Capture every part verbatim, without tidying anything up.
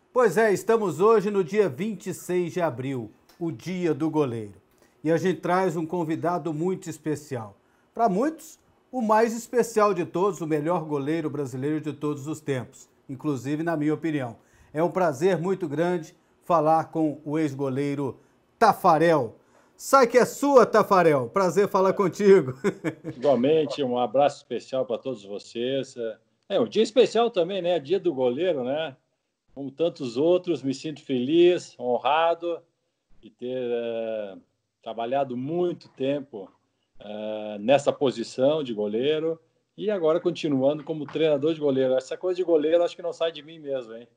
Pois é, estamos hoje no dia vinte e seis de abril, o dia do goleiro. E a gente traz um convidado muito especial. Para muitos, o mais especial de todos, o melhor goleiro brasileiro de todos os tempos, inclusive na minha opinião. É um prazer muito grande falar com o ex-goleiro Taffarel. Sai que é sua, Taffarel. Prazer falar contigo. Igualmente, um abraço especial para todos vocês. É um dia especial também, né? Dia do goleiro, né? Como tantos outros, me sinto feliz, honrado de ter é, trabalhado muito tempo é, nessa posição de goleiro e agora continuando como treinador de goleiro. Essa coisa de goleiro acho que não sai de mim mesmo, hein?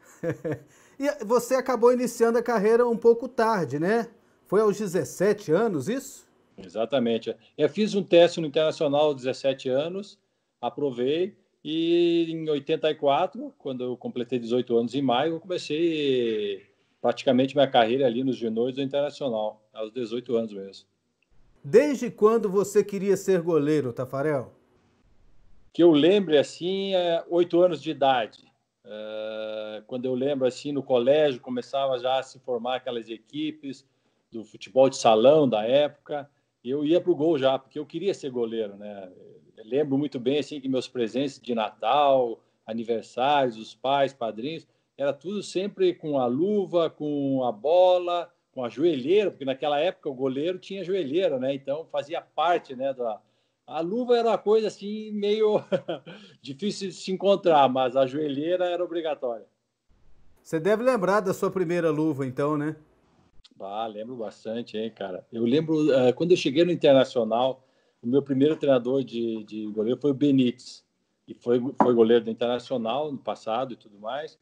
E você acabou iniciando a carreira um pouco tarde, né? Foi aos dezessete anos, isso? Exatamente. Eu fiz um teste no Internacional aos dezessete anos, aprovei, e em oitenta e quatro, quando eu completei dezoito anos em maio, eu comecei praticamente minha carreira ali nos juniores do Internacional, aos dezoito anos mesmo. Desde quando você queria ser goleiro, Taffarel? Que eu lembre, assim, é oito anos de idade. É, quando eu lembro, assim, no colégio, começava já a se formar aquelas equipes do futebol de salão da época, e eu ia para o gol já, porque eu queria ser goleiro, né? Eu lembro muito bem, assim, que meus presentes de Natal, aniversários, os pais, padrinhos, era tudo sempre com a luva, com a bola, com a joelheira, porque naquela época o goleiro tinha joelheira, né? Então fazia parte, né, da... A luva era uma coisa assim meio difícil de se encontrar, mas a joelheira era obrigatória. Você deve lembrar da sua primeira luva, então, né? Ah, lembro bastante, hein, cara. Eu lembro, uh, quando eu cheguei no Internacional, o meu primeiro treinador de, de goleiro foi o Benítez. E foi, foi goleiro do Internacional no passado e tudo mais.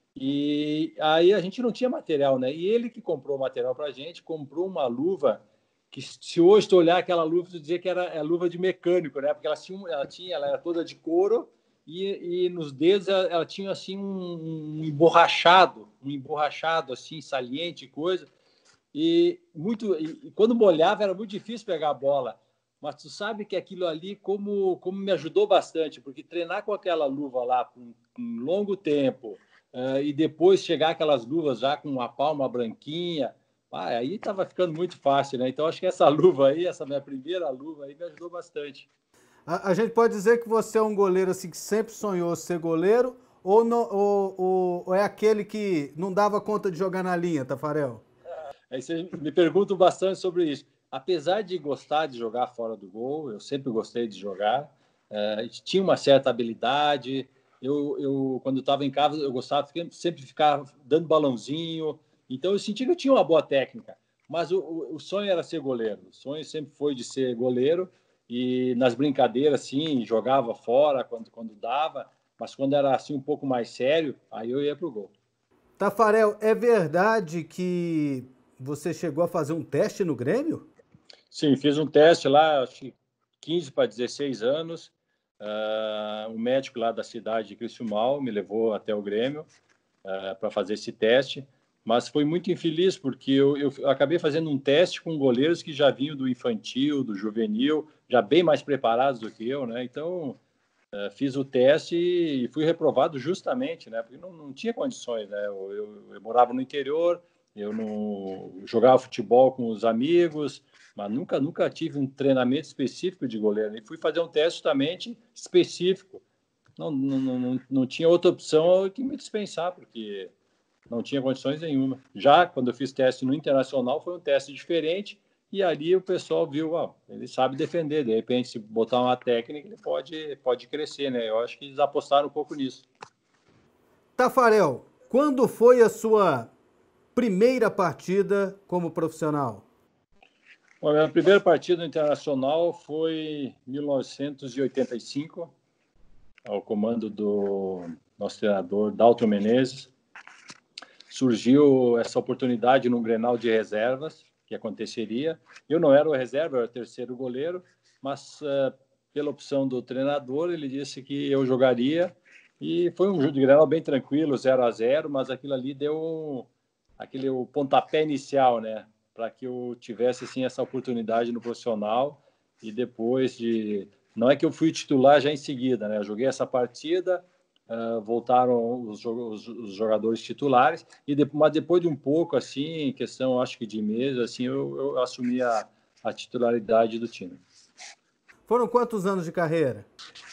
E aí a gente não tinha material, né? E ele que comprou o material pra gente, comprou uma luva que, se hoje tu olhar aquela luva, tu dizia que era é luva de mecânico, né? Porque ela tinha, ela tinha, ela era toda de couro e, e nos dedos ela, ela tinha assim um, um emborrachado, um emborrachado assim saliente, coisa. E muito, e, e quando molhava era muito difícil pegar a bola. Mas tu sabe que aquilo ali como como me ajudou bastante, porque treinar com aquela luva lá por um, um longo tempo, uh, e depois chegar aquelas luvas já com uma palma branquinha, ah, aí estava ficando muito fácil, né? Então acho que essa luva aí, essa minha primeira luva aí me ajudou bastante. A, a gente pode dizer que você é um goleiro assim que sempre sonhou ser goleiro ou, no, ou, ou, ou é aquele que não dava conta de jogar na linha, Taffarel? Aí você me perguntam bastante sobre isso. Apesar de gostar de jogar fora do gol, eu sempre gostei de jogar, uh, tinha uma certa habilidade. Eu, eu quando estava em casa, eu gostava de sempre ficar dando balãozinho. Então, eu senti que eu tinha uma boa técnica. Mas o, o, o sonho era ser goleiro. O sonho sempre foi de ser goleiro. E nas brincadeiras, sim, jogava fora quando, quando dava. Mas quando era assim um pouco mais sério, aí eu ia para o gol. Taffarel, é verdade que você chegou a fazer um teste no Grêmio? Sim, fiz um teste lá, acho que quinze para dezesseis anos. Uh, um médico lá da cidade de Criciúmal me levou até o Grêmio uh, para fazer esse teste, mas foi muito infeliz porque eu, eu acabei fazendo um teste com goleiros que já vinham do infantil, do juvenil, já bem mais preparados do que eu, né? Então uh, fiz o teste e fui reprovado justamente, né? Porque não, não tinha condições, né? Eu, eu, eu morava no interior, eu não jogava futebol com os amigos, mas nunca, nunca tive um treinamento específico de goleiro. E fui fazer um teste justamente específico. Não, não, não, não tinha outra opção que me dispensar, porque não tinha condições nenhuma. Já quando eu fiz teste no Internacional, foi um teste diferente, e ali o pessoal viu, ó, ele sabe defender, de repente, se botar uma técnica, ele pode, pode crescer, né? Eu acho que eles apostaram um pouco nisso. Taffarel, quando foi a sua primeira partida como profissional? Bom, a minha primeira partida no Internacional foi em mil novecentos e oitenta e cinco, ao comando do nosso treinador Dalton Menezes. Surgiu essa oportunidade num Grenal de reservas que aconteceria. Eu não era o reserva, eu era o terceiro goleiro, mas uh, pela opção do treinador, ele disse que eu jogaria, e foi um jogo de Grenal bem tranquilo, zero a zero, mas aquilo ali deu um, aquele o pontapé inicial, né, para que eu tivesse assim essa oportunidade no profissional. E depois de, não é que eu fui titular já em seguida, né, eu joguei essa partida, uh, voltaram os, os, os jogadores titulares, e de, mas depois de um pouco, assim, em questão, acho que de meses, assim, eu, eu assumi a, a titularidade do time. Foram quantos anos de carreira?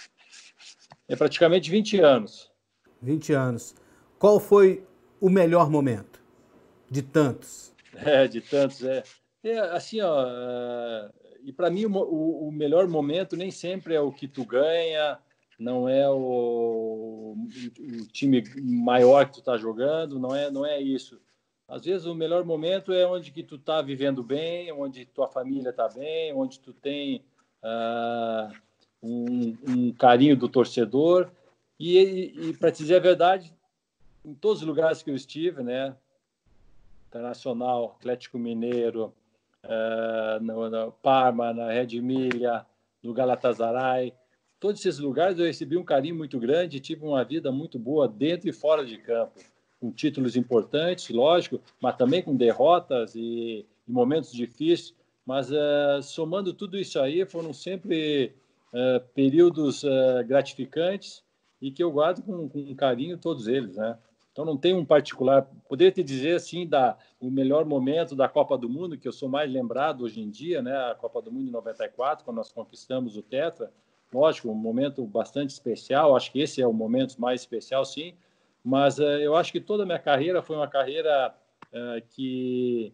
É praticamente vinte anos. vinte anos. Qual foi o melhor momento de tantos? É, de tantos, é. é assim, ó, uh, e para mim o, o, o melhor momento nem sempre é o que tu ganha, não é o, o time maior que tu tá jogando, não é, não é isso. Às vezes o melhor momento é onde que tu tá vivendo bem, onde tua família tá bem, onde tu tem uh, um, um carinho do torcedor. E, e, e para te dizer a verdade, em todos os lugares que eu estive, né, Internacional, Atlético Mineiro, uh, no, no Parma, na Red Emilia, no Galatasaray, todos esses lugares eu recebi um carinho muito grande, tive uma vida muito boa dentro e fora de campo, com títulos importantes, lógico, mas também com derrotas e, e momentos difíceis, mas uh, somando tudo isso aí, foram sempre uh, períodos uh, gratificantes e que eu guardo com, com carinho todos eles, né? Então não tem um particular. Poderia te dizer assim da o melhor momento da Copa do Mundo, que eu sou mais lembrado hoje em dia, né? A Copa do Mundo em noventa e quatro, quando nós conquistamos o Tetra. Lógico, um momento bastante especial. Acho que esse é o momento mais especial, sim. Mas uh, eu acho que toda a minha carreira foi uma carreira uh, que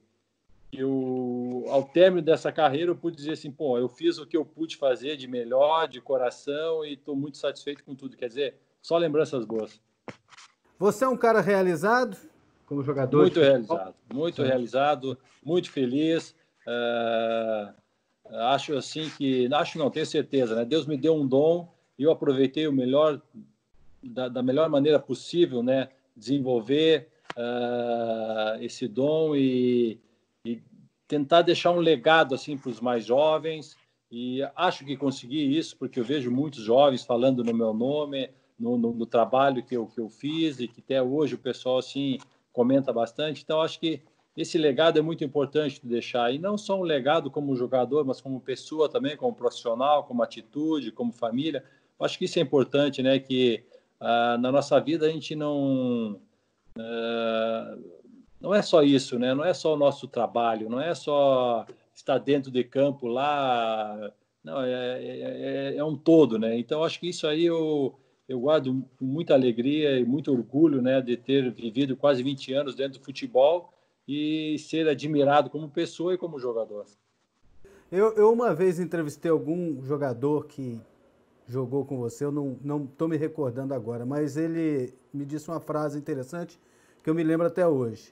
eu, ao término dessa carreira, eu pude dizer assim, pô, eu fiz o que eu pude fazer de melhor, de coração, e estou muito satisfeito com tudo. Quer dizer, só lembranças boas. Você é um cara realizado como jogador muito de futebol? realizado, muito Sim. realizado, muito feliz. Uh, acho assim que, acho não, tenho certeza, né? Deus me deu um dom e eu aproveitei o melhor da, da melhor maneira possível, né? Desenvolver uh, esse dom e, e tentar deixar um legado assim para os mais jovens. E acho que consegui isso porque eu vejo muitos jovens falando no meu nome. No, no, no trabalho que eu, que eu fiz e que até hoje o pessoal assim comenta bastante. Então, acho que esse legado é muito importante de deixar. E não só um legado como jogador, mas como pessoa também, como profissional, como atitude, como família. Acho que isso é importante, né? Que ah, na nossa vida a gente não... Ah, não é só isso, né? Não é só o nosso trabalho, não é só estar dentro de campo lá... Não, é, é, é um todo, né? Então, acho que isso aí eu... Eu guardo com muita alegria e muito orgulho, né, de ter vivido quase vinte anos dentro do futebol e ser admirado como pessoa e como jogador. Eu, eu uma vez entrevistei algum jogador que jogou com você, eu não não estou me recordando agora, mas ele me disse uma frase interessante que eu me lembro até hoje.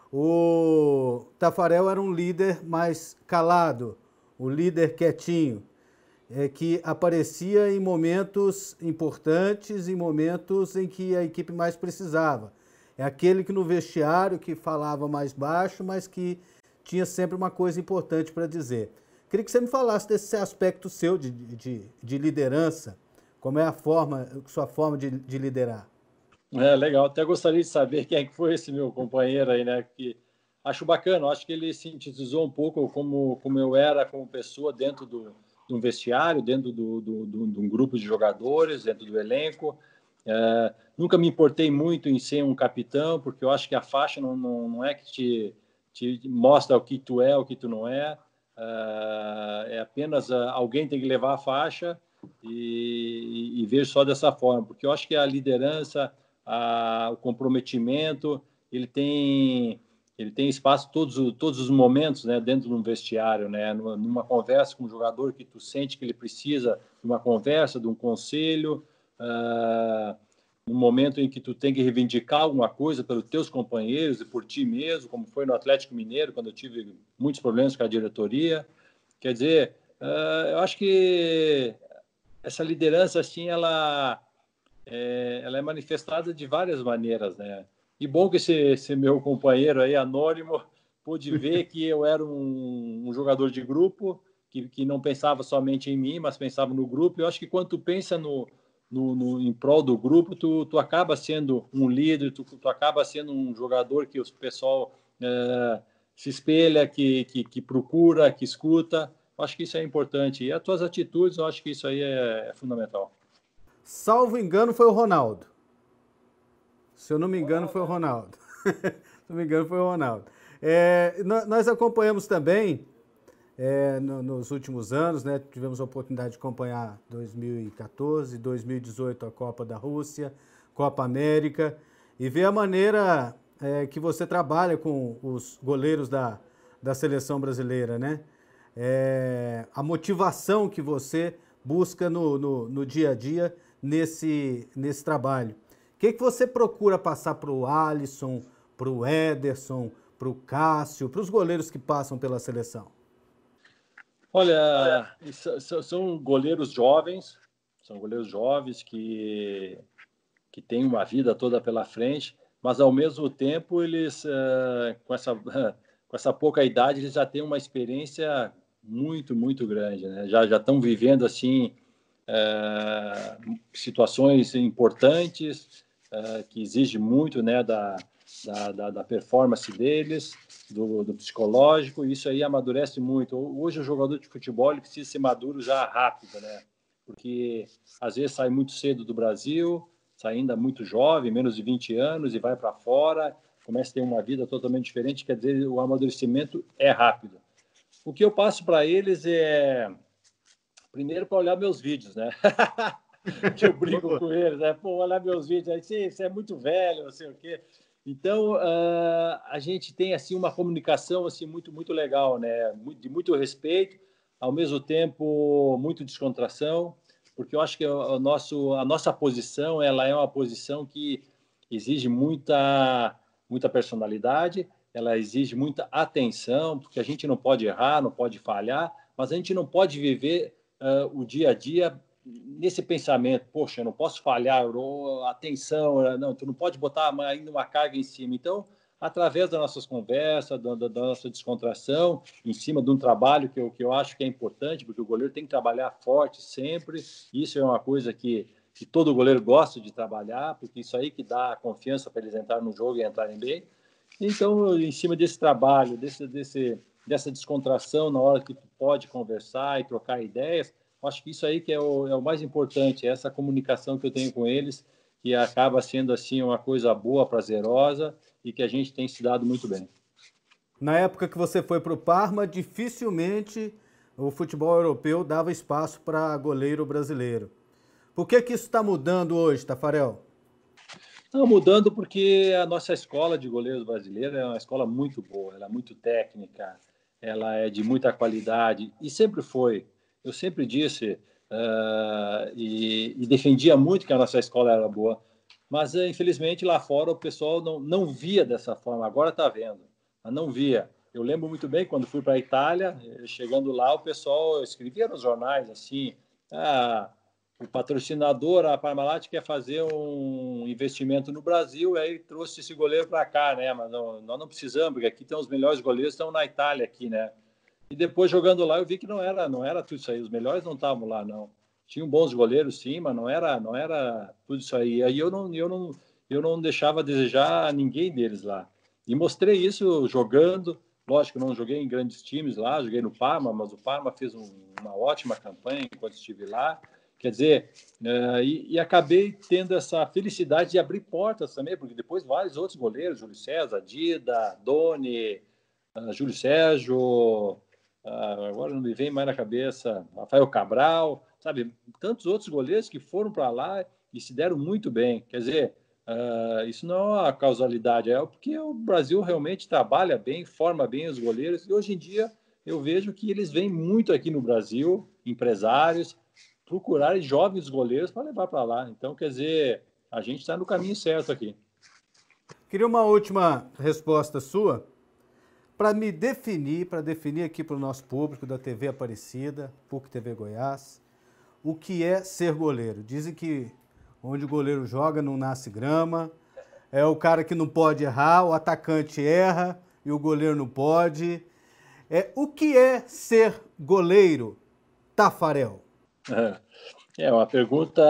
O Tafarel era um líder mais calado, o líder quietinho. É, que aparecia em momentos importantes, em momentos em que a equipe mais precisava. É aquele que no vestiário que falava mais baixo, mas que tinha sempre uma coisa importante para dizer. Queria que você me falasse desse aspecto seu de, de, de liderança, como é a forma, sua forma de, de liderar. É legal, até gostaria de saber quem é que foi esse meu companheiro aí, né? Que acho bacana, acho que ele sintetizou um pouco como, como eu era como pessoa dentro do de um vestiário, dentro do, do, do, de um grupo de jogadores, dentro do elenco. É, nunca me importei muito em ser um capitão, porque eu acho que a faixa não, não, não é que te, te mostra o que tu é, o que tu não é. É, é apenas uh, alguém tem que levar a faixa e, e, e ver só dessa forma, porque eu acho que a liderança, a, o comprometimento, ele tem... Ele tem espaço todos, todos os momentos, né, dentro de um vestiário, né, numa, numa conversa com um jogador que tu sente que ele precisa de uma conversa, de um conselho, uh, no momento em que tu tem que reivindicar alguma coisa pelos teus companheiros e por ti mesmo, como foi no Atlético Mineiro, quando eu tive muitos problemas com a diretoria. Quer dizer, uh, eu acho que essa liderança, assim, ela é, ela é manifestada de várias maneiras, né? E bom que esse, esse meu companheiro aí, anônimo, pôde ver que eu era um, um jogador de grupo, que, que não pensava somente em mim, mas pensava no grupo. Eu acho que quando tu pensa no, no, no, em prol do grupo, tu, tu acaba sendo um líder, tu, tu acaba sendo um jogador que o pessoal é, se espelha, que, que, que procura, que escuta. Eu acho que isso é importante. E as tuas atitudes, eu acho que isso aí é, é fundamental. Salvo engano, foi o Ronaldo. Se eu não me engano, foi o Ronaldo. Se não me engano, foi o Ronaldo. É, nós acompanhamos também, é, no, nos últimos anos, né, tivemos a oportunidade de acompanhar dois mil e quatorze, dois mil e dezoito a Copa da Rússia, Copa América, e ver a maneira é, que você trabalha com os goleiros da, da seleção brasileira, né? É, a motivação que você busca no, no, no dia a dia nesse, nesse trabalho. O que, que você procura passar para o Alisson, para o Ederson, para o Cássio, para os goleiros que passam pela seleção? Olha, são goleiros jovens, são goleiros jovens que, que têm uma vida toda pela frente, mas ao mesmo tempo eles, com essa, com essa pouca idade, eles já têm uma experiência muito, muito grande, né? Já, já estão vivendo assim é, situações importantes, é, que exigem muito, né, da, da, da performance deles, do, do psicológico, e isso aí amadurece muito. Hoje o jogador de futebol ele precisa ser maduro já rápido, né? Porque às vezes sai muito cedo do Brasil, sai ainda muito jovem, menos de vinte anos, e vai para fora, começa a ter uma vida totalmente diferente, quer dizer, o amadurecimento é rápido. O que eu passo para eles é, primeiro, para olhar meus vídeos, né? Que eu brinco com eles, né? Pô, olhar meus vídeos, aí você é muito velho, não sei o quê. Então, uh, a gente tem, assim, uma comunicação, assim, muito, muito legal, né? De muito respeito, ao mesmo tempo, muito descontração, porque eu acho que o nosso, a nossa posição, ela é uma posição que exige muita, muita personalidade, ela exige muita atenção, porque a gente não pode errar, não pode falhar, mas a gente não pode viver uh, o dia a dia nesse pensamento, poxa, eu não posso falhar, eu, atenção, não, tu não pode botar ainda uma carga em cima. Então, através das nossas conversas, da, da nossa descontração, em cima de um trabalho que eu, que eu acho que é importante, porque o goleiro tem que trabalhar forte sempre, isso é uma coisa que, que todo goleiro gosta de trabalhar, porque isso aí que dá confiança para eles entrarem no jogo e entrarem bem. Então, em cima desse trabalho, desse, desse, dessa descontração na hora que tu pode conversar e trocar ideias, acho que isso aí que é o, é o mais importante, é essa comunicação que eu tenho com eles, que acaba sendo assim uma coisa boa, prazerosa e que a gente tem se dado muito bem. Na época que você foi para o Parma, dificilmente o futebol europeu dava espaço para goleiro brasileiro. Por que que isso está mudando hoje, Tafarel? Está mudando porque a nossa escola de goleiros brasileiros é uma escola muito boa, ela é muito técnica, ela é de muita qualidade e sempre foi. Eu sempre disse uh, e, e defendia muito que a nossa escola era boa, mas infelizmente lá fora o pessoal não, não via dessa forma, agora está vendo, mas não via. Eu lembro muito bem quando fui para a Itália, chegando lá o pessoal escrevia nos jornais assim, ah, o patrocinador, a Parmalat, quer fazer um investimento no Brasil, e aí trouxe esse goleiro para cá, né? Mas não, nós não precisamos, porque aqui tem os melhores goleiros, estão na Itália aqui, né? E depois, jogando lá, eu vi que não era, não era tudo isso aí. Os melhores não estavam lá, não. Tinham bons goleiros, sim, mas não era, não era tudo isso aí. Aí eu não, eu não, eu não deixava a desejar ninguém deles lá. E mostrei isso jogando. Lógico, não joguei em grandes times lá, joguei no Parma, mas o Parma fez um, uma ótima campanha enquanto estive lá. Quer dizer, uh, e, e acabei tendo essa felicidade de abrir portas também, porque depois vários outros goleiros, Júlio César, Dida, Doni, uh, Júlio Sérgio, uh, agora não me vem mais na cabeça, Rafael Cabral, sabe? Tantos outros goleiros que foram para lá e se deram muito bem. Quer dizer, uh, isso não é uma causalidade, é porque o Brasil realmente trabalha bem, forma bem os goleiros, e hoje em dia eu vejo que eles vêm muito aqui no Brasil, empresários, procurarem jovens goleiros para levar para lá. Então, quer dizer, a gente está no caminho certo aqui. Queria uma última resposta sua para me definir, para definir aqui para o nosso público da T V Aparecida, P U C T V Goiás, o que é ser goleiro. Dizem que onde o goleiro joga não nasce grama, é o cara que não pode errar, o atacante erra e o goleiro não pode. É, o que é ser goleiro, Tafarel? É uma pergunta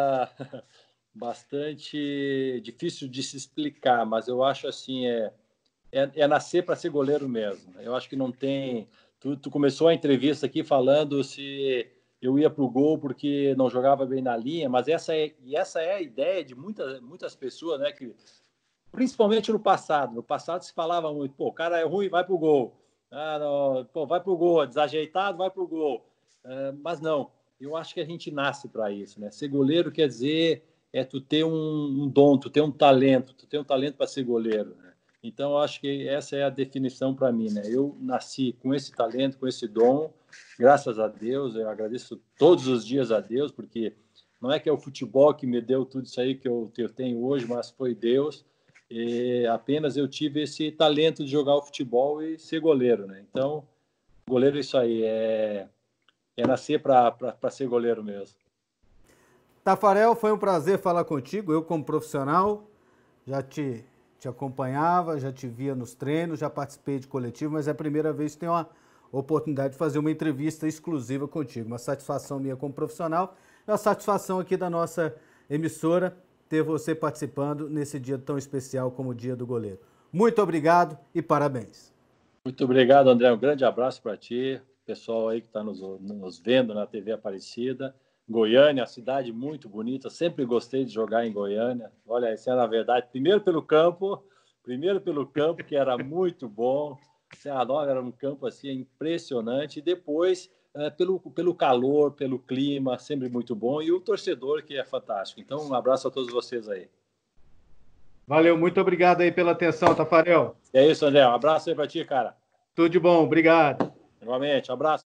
bastante difícil de se explicar, mas eu acho assim, é, é, é nascer para ser goleiro mesmo. Eu acho que não tem... Tu, tu começou a entrevista aqui falando se eu ia para o gol porque não jogava bem na linha, mas essa é, e essa é a ideia de muitas, muitas pessoas, né, que principalmente no passado. No passado se falava muito, pô, o cara é ruim, vai pro gol. Ah, não, pô, vai pro gol, desajeitado, vai pro gol. Uh, mas não, eu acho que a gente nasce para isso, né? Ser goleiro quer dizer é tu ter um, um dom, tu ter um talento, tu ter um talento para ser goleiro, né? Então, eu acho que essa é a definição para mim, né? Eu nasci com esse talento, com esse dom, graças a Deus, eu agradeço todos os dias a Deus, porque não é que é o futebol que me deu tudo isso aí que eu, que eu tenho hoje, mas foi Deus. E apenas eu tive esse talento de jogar o futebol e ser goleiro, né? Então, goleiro é isso aí, é, é nascer para ser goleiro mesmo. Tafarel, foi um prazer falar contigo. Eu, como profissional, já te, te acompanhava, já te via nos treinos, já participei de coletivo, mas é a primeira vez que tenho a oportunidade de fazer uma entrevista exclusiva contigo. Uma satisfação minha como profissional e uma satisfação aqui da nossa emissora ter você participando nesse dia tão especial como o Dia do Goleiro. Muito obrigado e parabéns. Muito obrigado, André. Um grande abraço para ti, pessoal aí que está nos, nos vendo na T V Aparecida. Goiânia, cidade muito bonita. Sempre gostei de jogar em Goiânia. Olha, isso é na verdade, primeiro pelo campo, primeiro pelo campo, que era muito bom. Serra Nova era um campo assim impressionante. E depois, é, pelo, pelo calor, pelo clima, sempre muito bom. E o torcedor, que é fantástico. Então, um abraço a todos vocês aí. Valeu, muito obrigado aí pela atenção, Tafarel. É isso, André. Um abraço aí para ti, cara. Tudo de bom, obrigado. Igualmente, um abraço.